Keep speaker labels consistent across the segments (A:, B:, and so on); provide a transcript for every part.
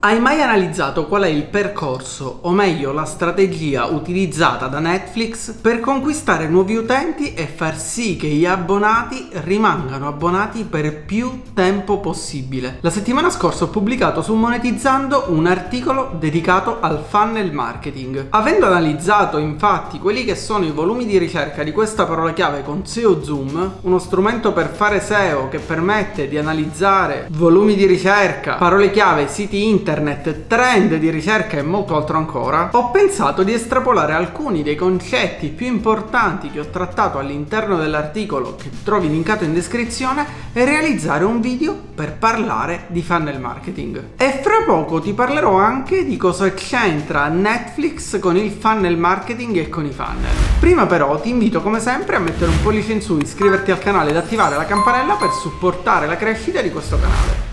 A: Hai mai analizzato qual è il percorso, o meglio la strategia utilizzata da Netflix per conquistare nuovi utenti e far sì che gli abbonati rimangano abbonati per più tempo possibile? La settimana scorsa ho pubblicato su Monetizzando un articolo dedicato al funnel marketing. Avendo analizzato infatti quelli che sono i volumi di ricerca di questa parola chiave con SEO Zoom, uno strumento per fare SEO che permette di analizzare volumi di ricerca, parole chiave, siti internet, trend di ricerca e molto altro ancora, ho pensato di estrapolare alcuni dei concetti più importanti che ho trattato all'interno dell'articolo, che trovi linkato in descrizione, e realizzare un video per parlare di funnel marketing. E fra poco ti parlerò anche di cosa c'entra Netflix con il funnel marketing e con i funnel. Prima però ti invito come sempre a mettere un pollice in su, iscriverti al canale ed attivare la campanella per supportare la crescita di questo canale.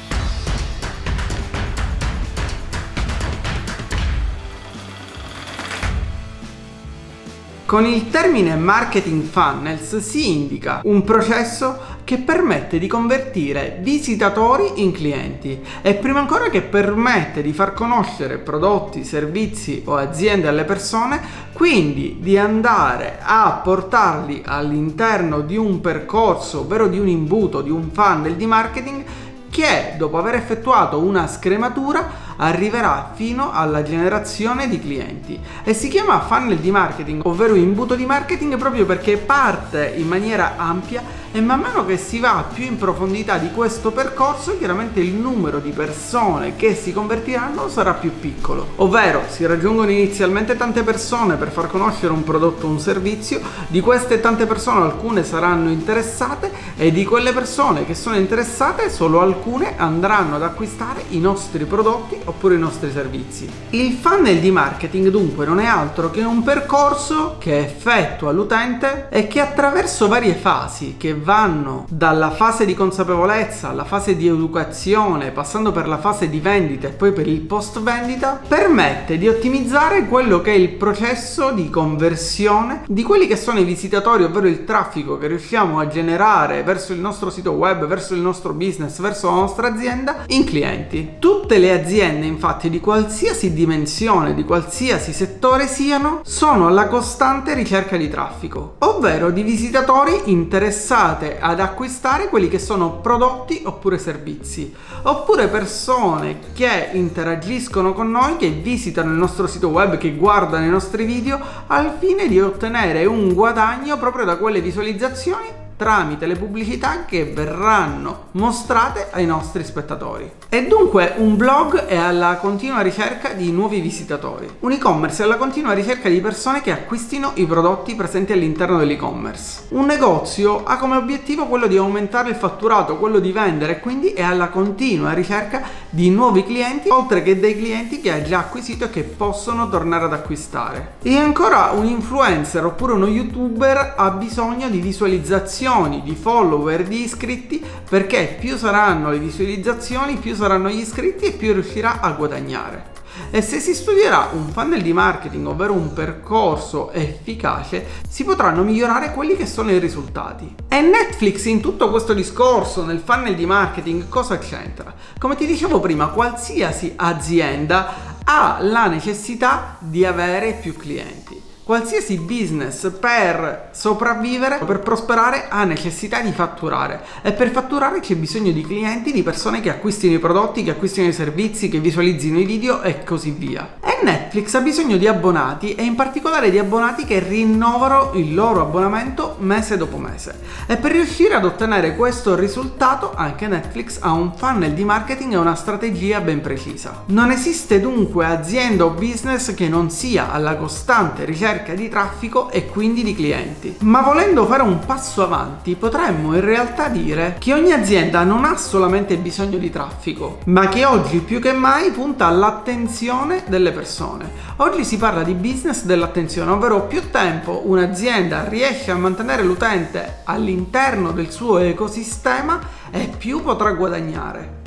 A: Con il termine marketing funnels si indica un processo che permette di convertire visitatori in clienti e prima ancora che permette di far conoscere prodotti, servizi o aziende alle persone, quindi di andare a portarli all'interno di un percorso, ovvero di un imbuto, di un funnel di marketing che dopo aver effettuato una scrematura arriverà fino alla generazione di clienti. E si chiama funnel di marketing, ovvero imbuto di marketing, proprio perché parte in maniera ampia e man mano che si va più in profondità di questo percorso, chiaramente il numero di persone che si convertiranno sarà più piccolo. Ovvero si raggiungono inizialmente tante persone per far conoscere un prodotto o un servizio, di queste tante persone alcune saranno interessate e di quelle persone che sono interessate solo alcune andranno ad acquistare i nostri prodotti oppure i nostri servizi. Il funnel di marketing dunque non è altro che un percorso che effettua l'utente e che attraverso varie fasi che vanno dalla fase di consapevolezza alla fase di educazione, passando per la fase di vendita e poi per il post vendita, permette di ottimizzare quello che è il processo di conversione di quelli che sono i visitatori, ovvero il traffico che riusciamo a generare verso il nostro sito web, verso il nostro business, verso la nostra azienda, in clienti. Tutte le aziende infatti di qualsiasi dimensione, di qualsiasi settore siano, sono alla costante ricerca di traffico, ovvero di visitatori interessati ad acquistare quelli che sono prodotti oppure servizi, oppure persone che interagiscono con noi, che visitano il nostro sito web, che guardano i nostri video al fine di ottenere un guadagno proprio da quelle visualizzazioni tramite le pubblicità che verranno mostrate ai nostri spettatori. E dunque un blog è alla continua ricerca di nuovi visitatori. Un e-commerce è alla continua ricerca di persone che acquistino i prodotti presenti all'interno dell'e-commerce. Un negozio ha come obiettivo quello di aumentare il fatturato, quello di vendere, quindi è alla continua ricerca di nuovi clienti, oltre che dei clienti che ha già acquisito e che possono tornare ad acquistare. E ancora un influencer oppure uno youtuber ha bisogno di visualizzazioni, di follower, di iscritti, perché più saranno le visualizzazioni, più saranno gli iscritti e più riuscirà a guadagnare. E se si studierà un funnel di marketing, ovvero un percorso efficace, si potranno migliorare quelli che sono i risultati. E Netflix in tutto questo discorso, nel funnel di marketing, cosa c'entra? Come ti dicevo prima, qualsiasi azienda ha la necessità di avere più clienti. Qualsiasi business per sopravvivere o per prosperare ha necessità di fatturare, e per fatturare c'è bisogno di clienti, di persone che acquistino i prodotti, che acquistino i servizi, che visualizzino i video e così via. E Netflix ha bisogno di abbonati, e in particolare di abbonati che rinnovano il loro abbonamento mese dopo mese. E per riuscire ad ottenere questo risultato anche Netflix ha un funnel di marketing e una strategia ben precisa. Non esiste dunque azienda o business che non sia alla costante ricerca di traffico e quindi di clienti. Ma volendo fare un passo avanti, potremmo in realtà dire che ogni azienda non ha solamente bisogno di traffico, ma che oggi più che mai punta all'attenzione delle persone. Oggi si parla di business dell'attenzione, ovvero più tempo un'azienda riesce a mantenere l'utente all'interno del suo ecosistema e più potrà guadagnare.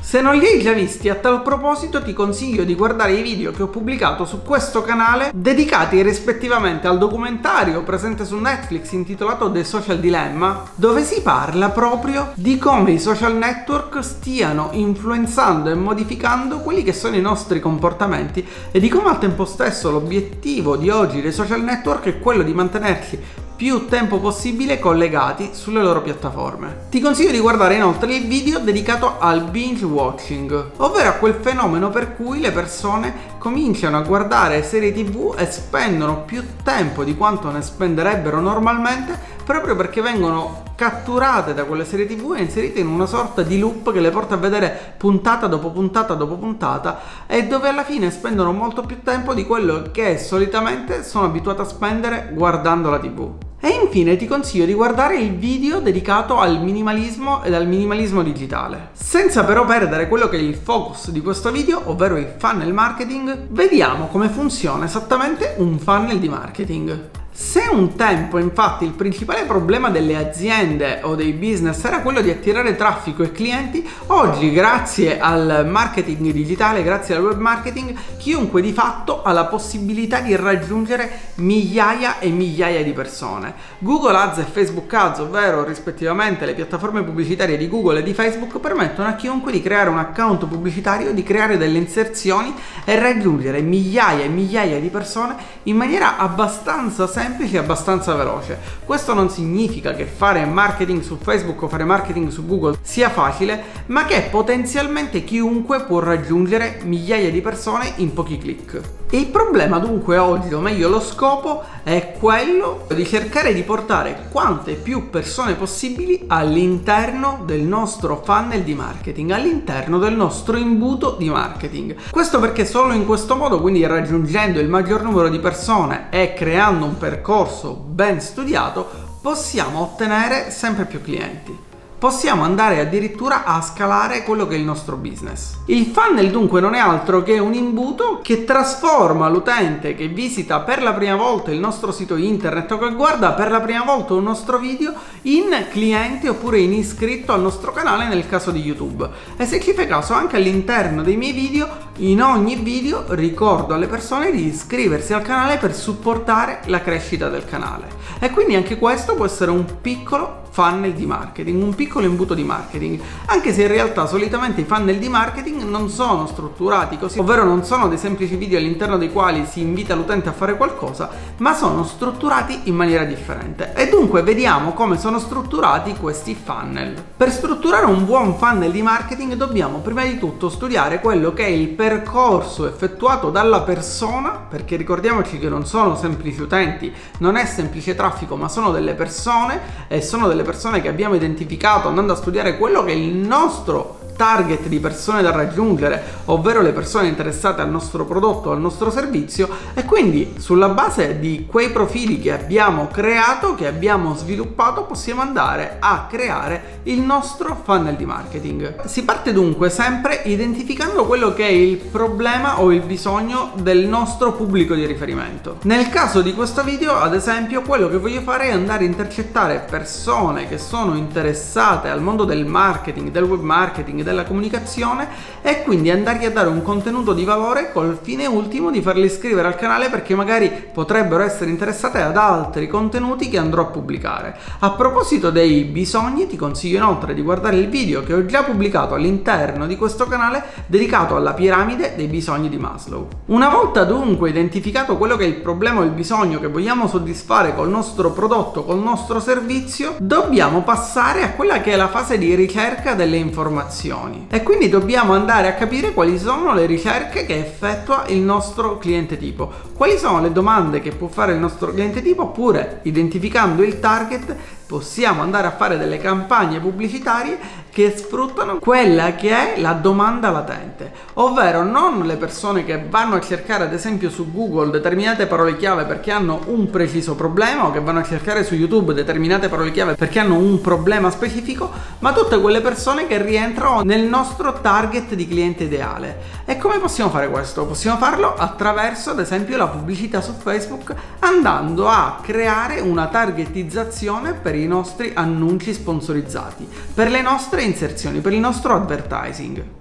A: Se non li hai già visti, a tal proposito ti consiglio di guardare i video che ho pubblicato su questo canale dedicati rispettivamente al documentario presente su Netflix intitolato The Social Dilemma, dove si parla proprio di come i social network stiano influenzando e modificando quelli che sono i nostri comportamenti e di come al tempo stesso l'obiettivo di oggi dei social network è quello di mantenerci più tempo possibile collegati sulle loro piattaforme. Ti consiglio di guardare inoltre il video dedicato al binge watching, ovvero a quel fenomeno per cui le persone cominciano a guardare serie TV e spendono più tempo di quanto ne spenderebbero normalmente, proprio perché vengono catturate da quelle serie TV e inserite in una sorta di loop che le porta a vedere puntata dopo puntata dopo puntata, e dove alla fine spendono molto più tempo di quello che solitamente sono abituate a spendere guardando la TV. E infine ti consiglio di guardare il video dedicato al minimalismo ed al minimalismo digitale. Senza però perdere quello che è il focus di questo video, ovvero il funnel marketing, vediamo come funziona esattamente un funnel di marketing. Se un tempo infatti il principale problema delle aziende o dei business era quello di attirare traffico e clienti, oggi grazie al marketing digitale, grazie al web marketing, chiunque di fatto ha la possibilità di raggiungere migliaia e migliaia di persone. Google Ads e Facebook Ads, ovvero rispettivamente le piattaforme pubblicitarie di Google e di Facebook, permettono a chiunque di creare un account pubblicitario, di creare delle inserzioni e raggiungere migliaia e migliaia di persone in maniera abbastanza semplice e abbastanza veloce. Questo non significa che fare marketing su Facebook o fare marketing su Google sia facile, ma che potenzialmente chiunque può raggiungere migliaia di persone in pochi click. Il problema dunque oggi, o meglio lo scopo, è quello di cercare di portare quante più persone possibili all'interno del nostro funnel di marketing, all'interno del nostro imbuto di marketing. Questo perché solo in questo modo, quindi raggiungendo il maggior numero di persone e creando un percorso ben studiato, possiamo ottenere sempre più clienti. Possiamo andare addirittura a scalare quello che è il nostro business. Il funnel dunque non è altro che un imbuto che trasforma l'utente che visita per la prima volta il nostro sito internet o che guarda per la prima volta un nostro video in cliente oppure in iscritto al nostro canale nel caso di YouTube. E se ci fai caso, anche all'interno dei miei video, in ogni video ricordo alle persone di iscriversi al canale per supportare la crescita del canale. E quindi anche questo può essere un piccolo funnel di marketing, un piccolo imbuto di marketing, anche se in realtà solitamente i funnel di marketing non sono strutturati così, ovvero non sono dei semplici video all'interno dei quali si invita l'utente a fare qualcosa, ma sono strutturati in maniera differente. E dunque vediamo come sono strutturati questi funnel. Per strutturare un buon funnel di marketing dobbiamo prima di tutto studiare quello che è il percorso effettuato dalla persona, perché ricordiamoci che non sono semplici utenti, non è semplice traffico, ma sono delle persone, e sono delle persone che abbiamo identificato andando a studiare quello che è il nostro target di persone da raggiungere, ovvero le persone interessate al nostro prodotto o al nostro servizio, e quindi sulla base di quei profili che abbiamo creato, che abbiamo sviluppato, possiamo andare a creare il nostro funnel di marketing. Si parte dunque sempre identificando quello che è il problema o il bisogno del nostro pubblico di riferimento. Nel caso di questo video, ad esempio, quello che voglio fare è andare a intercettare persone che sono interessate al mondo del marketing, del web marketing, della comunicazione, e quindi andargli a dare un contenuto di valore col fine ultimo di farli iscrivere al canale, perché magari potrebbero essere interessate ad altri contenuti che andrò a pubblicare. A proposito dei bisogni, ti consiglio inoltre di guardare il video che ho già pubblicato all'interno di questo canale dedicato alla piramide dei bisogni di Maslow. Una volta dunque identificato quello che è il problema o il bisogno che vogliamo soddisfare col nostro prodotto, col nostro servizio, dobbiamo passare a quella che è la fase di ricerca delle informazioni. E quindi dobbiamo andare a capire quali sono le ricerche che effettua il nostro cliente tipo, quali sono le domande che può fare il nostro cliente tipo, oppure identificando il target possiamo andare a fare delle campagne pubblicitarie che sfruttano quella che è la domanda latente, ovvero non le persone che vanno a cercare ad esempio su Google determinate parole chiave perché hanno un preciso problema, o che vanno a cercare su YouTube determinate parole chiave perché hanno un problema specifico, ma tutte quelle persone che rientrano nel nostro target di cliente ideale. E come possiamo fare questo? Possiamo farlo attraverso ad esempio la pubblicità su Facebook, andando a creare una targetizzazione per i nostri annunci sponsorizzati, per le nostre inserzioni, per il nostro advertising.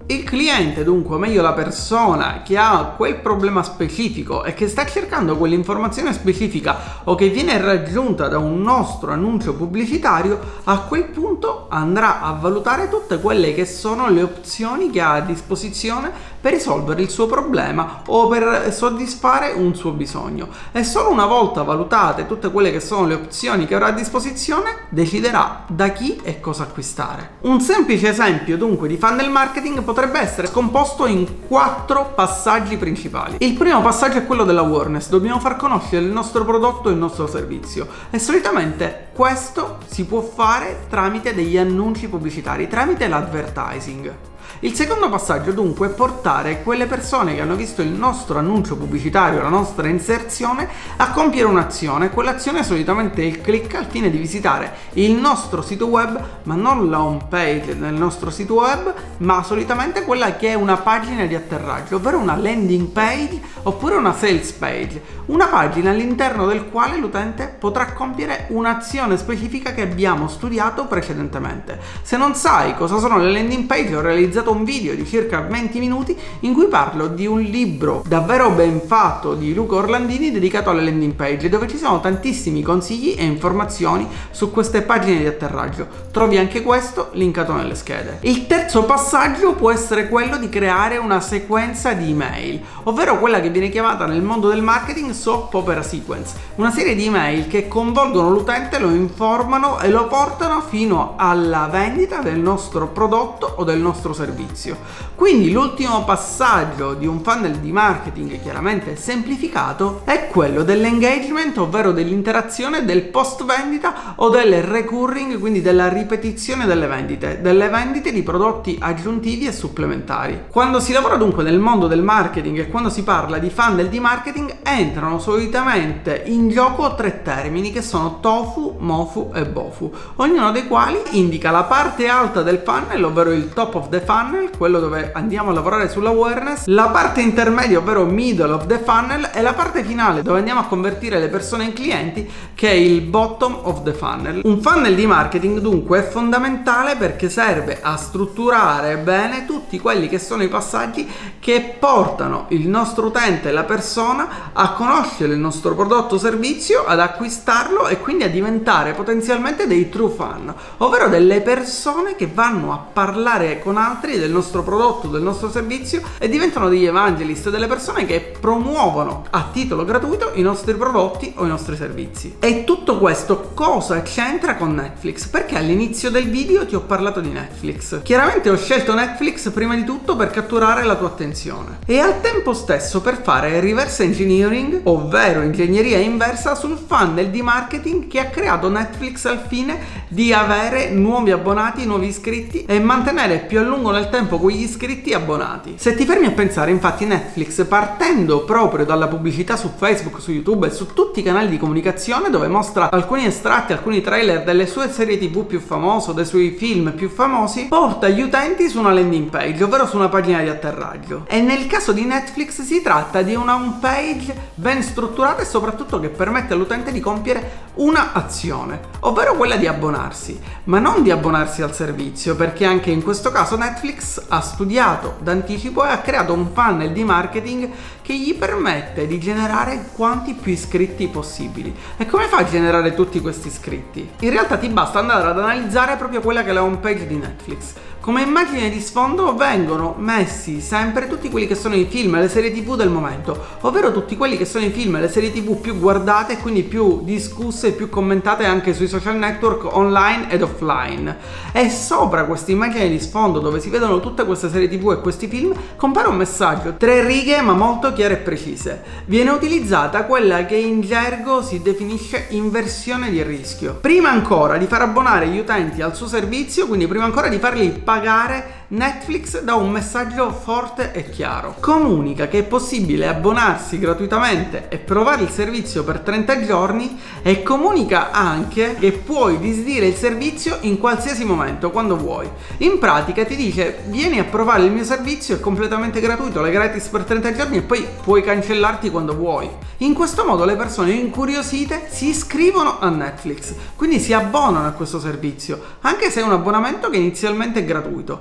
A: Il cliente, dunque, o meglio la persona che ha quel problema specifico e che sta cercando quell'informazione specifica o che viene raggiunta da un nostro annuncio pubblicitario, a quel punto andrà a valutare tutte quelle che sono le opzioni che ha a disposizione per risolvere il suo problema o per soddisfare un suo bisogno. E solo una volta valutate tutte quelle che sono le opzioni che avrà a disposizione, deciderà da chi e cosa acquistare. Un semplice esempio dunque di funnel marketing potrebbe essere composto in 4 passaggi principali. Il primo passaggio è quello dell'awareness. Dobbiamo far conoscere il nostro prodotto e il nostro servizio, e solitamente questo si può fare tramite degli annunci pubblicitari, tramite l'advertising. Il secondo passaggio dunque è portare quelle persone che hanno visto il nostro annuncio pubblicitario, la nostra inserzione, a compiere un'azione. Quell'azione solitamente è il click al fine di visitare il nostro sito web, ma non la home page del nostro sito web, ma solitamente quella che è una pagina di atterraggio, ovvero una landing page oppure una sales page, una pagina all'interno del quale l'utente potrà compiere un'azione specifica che abbiamo studiato precedentemente. Se non sai cosa sono le landing page, ho realizzato un video di circa 20 minuti in cui parlo di un libro davvero ben fatto di Luca Orlandini dedicato alle landing page, dove ci sono tantissimi consigli e informazioni su queste pagine di atterraggio. Trovi anche questo linkato nelle schede. Il terzo passaggio può essere quello di creare una sequenza di email, ovvero quella che viene chiamata nel mondo del marketing soap opera sequence, una serie di email che coinvolgono l'utente, lo informano e lo portano fino alla vendita del nostro prodotto o del nostro servizio. Quindi l'ultimo passaggio di un funnel di marketing chiaramente semplificato è quello dell'engagement, ovvero dell'interazione, del post vendita o del recurring, quindi della ripetizione delle vendite di prodotti aggiuntivi e supplementari. Quando si lavora dunque nel mondo del marketing e quando si parla di funnel di marketing, entrano solitamente in gioco 3 termini che sono tofu, mofu e bofu, ognuno dei quali indica la parte alta del funnel, ovvero il top of the funnel, quello dove andiamo a lavorare sull'awareness, la parte intermedia, ovvero middle of the funnel, e la parte finale dove andiamo a convertire le persone in clienti, che è il bottom of the funnel. Un funnel di marketing dunque è fondamentale perché serve a strutturare bene tutti quelli che sono i passaggi che portano il nostro utente, la persona, a conoscere il nostro prodotto o servizio, ad acquistarlo e quindi a diventare potenzialmente dei true fan, ovvero delle persone che vanno a parlare con altri del nostro prodotto, del nostro servizio, e diventano degli evangelist, delle persone che promuovono a titolo gratuito i nostri prodotti o i nostri servizi. E tutto questo cosa c'entra con Netflix? Perché all'inizio del video ti ho parlato di Netflix. Chiaramente ho scelto Netflix prima di tutto per catturare la tua attenzione e al tempo stesso per fare reverse engineering, ovvero ingegneria inversa sul funnel di marketing che ha creato Netflix al fine di avere nuovi abbonati, nuovi iscritti e mantenere più a lungo nel tempo quegli iscritti abbonati. Se ti fermi a pensare, infatti, Netflix, partendo proprio dalla pubblicità su Facebook, su YouTube e su tutti i canali di comunicazione, dove mostra alcuni estratti, alcuni trailer delle sue serie TV più famose, dei suoi film più famosi, porta gli utenti su una landing page, ovvero su una pagina di atterraggio. E nel caso di Netflix si tratta di una home page ben strutturata e soprattutto che permette all'utente di compiere una azione, ovvero quella di abbonarsi, ma non di abbonarsi al servizio, perché anche in questo caso Netflix ha studiato d'anticipo e ha creato un funnel di marketing che gli permette di generare quanti più iscritti possibili. E come fa a generare tutti questi iscritti? In realtà ti basta andare ad analizzare proprio quella che è la home page di Netflix. Come immagine di sfondo vengono messi sempre tutti quelli che sono i film e le serie TV del momento, ovvero tutti quelli che sono i film e le serie TV più guardate e quindi più discusse e più commentate anche sui social network online ed offline. E sopra questa immagine di sfondo, dove si vedono tutte queste serie TV e questi film, compare un messaggio, 3 righe ma molto chiare e precise. Viene utilizzata quella che in gergo si definisce inversione di rischio. Prima ancora di far abbonare gli utenti al suo servizio, quindi prima ancora di farli pagare, Netflix dà un messaggio forte e chiaro. Comunica che è possibile abbonarsi gratuitamente e provare il servizio per 30 giorni e comunica anche che puoi disdire il servizio in qualsiasi momento, quando vuoi. In pratica ti dice: vieni a provare il mio servizio, è completamente gratuito, l'hai gratis per 30 giorni e poi puoi cancellarti quando vuoi. In questo modo le persone incuriosite si iscrivono a Netflix, quindi si abbonano a questo servizio, anche se è un abbonamento che inizialmente è gratuito. È un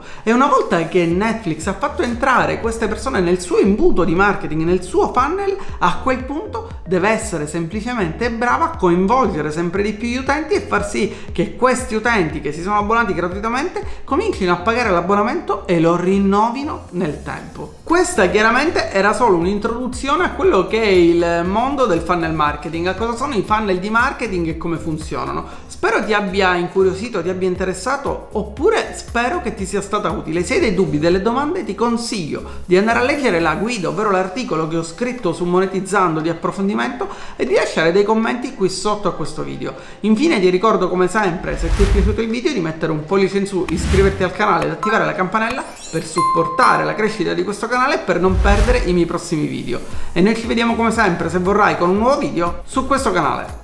A: una volta che Netflix ha fatto entrare queste persone nel suo imbuto di marketing, nel suo funnel, a quel punto deve essere semplicemente brava a coinvolgere sempre di più gli utenti e far sì che questi utenti che si sono abbonati gratuitamente comincino a pagare l'abbonamento e lo rinnovino nel tempo. Questa chiaramente era solo un'introduzione a quello che è il mondo del funnel marketing, a cosa sono i funnel di marketing e come funzionano. Spero ti abbia incuriosito, ti abbia interessato, oppure spero che ti sia stata utile. Se hai dei dubbi, delle domande, ti consiglio di andare a leggere la guida, ovvero l'articolo che ho scritto su Monetizzando di approfondimento, e di lasciare dei commenti qui sotto a questo video. Infine ti ricordo, come sempre, se ti è piaciuto il video, di mettere un pollice in su, iscriverti al canale ed attivare la campanella per supportare la crescita di questo canale e per non perdere i miei prossimi video. E noi ci vediamo come sempre, se vorrai, con un nuovo video su questo canale.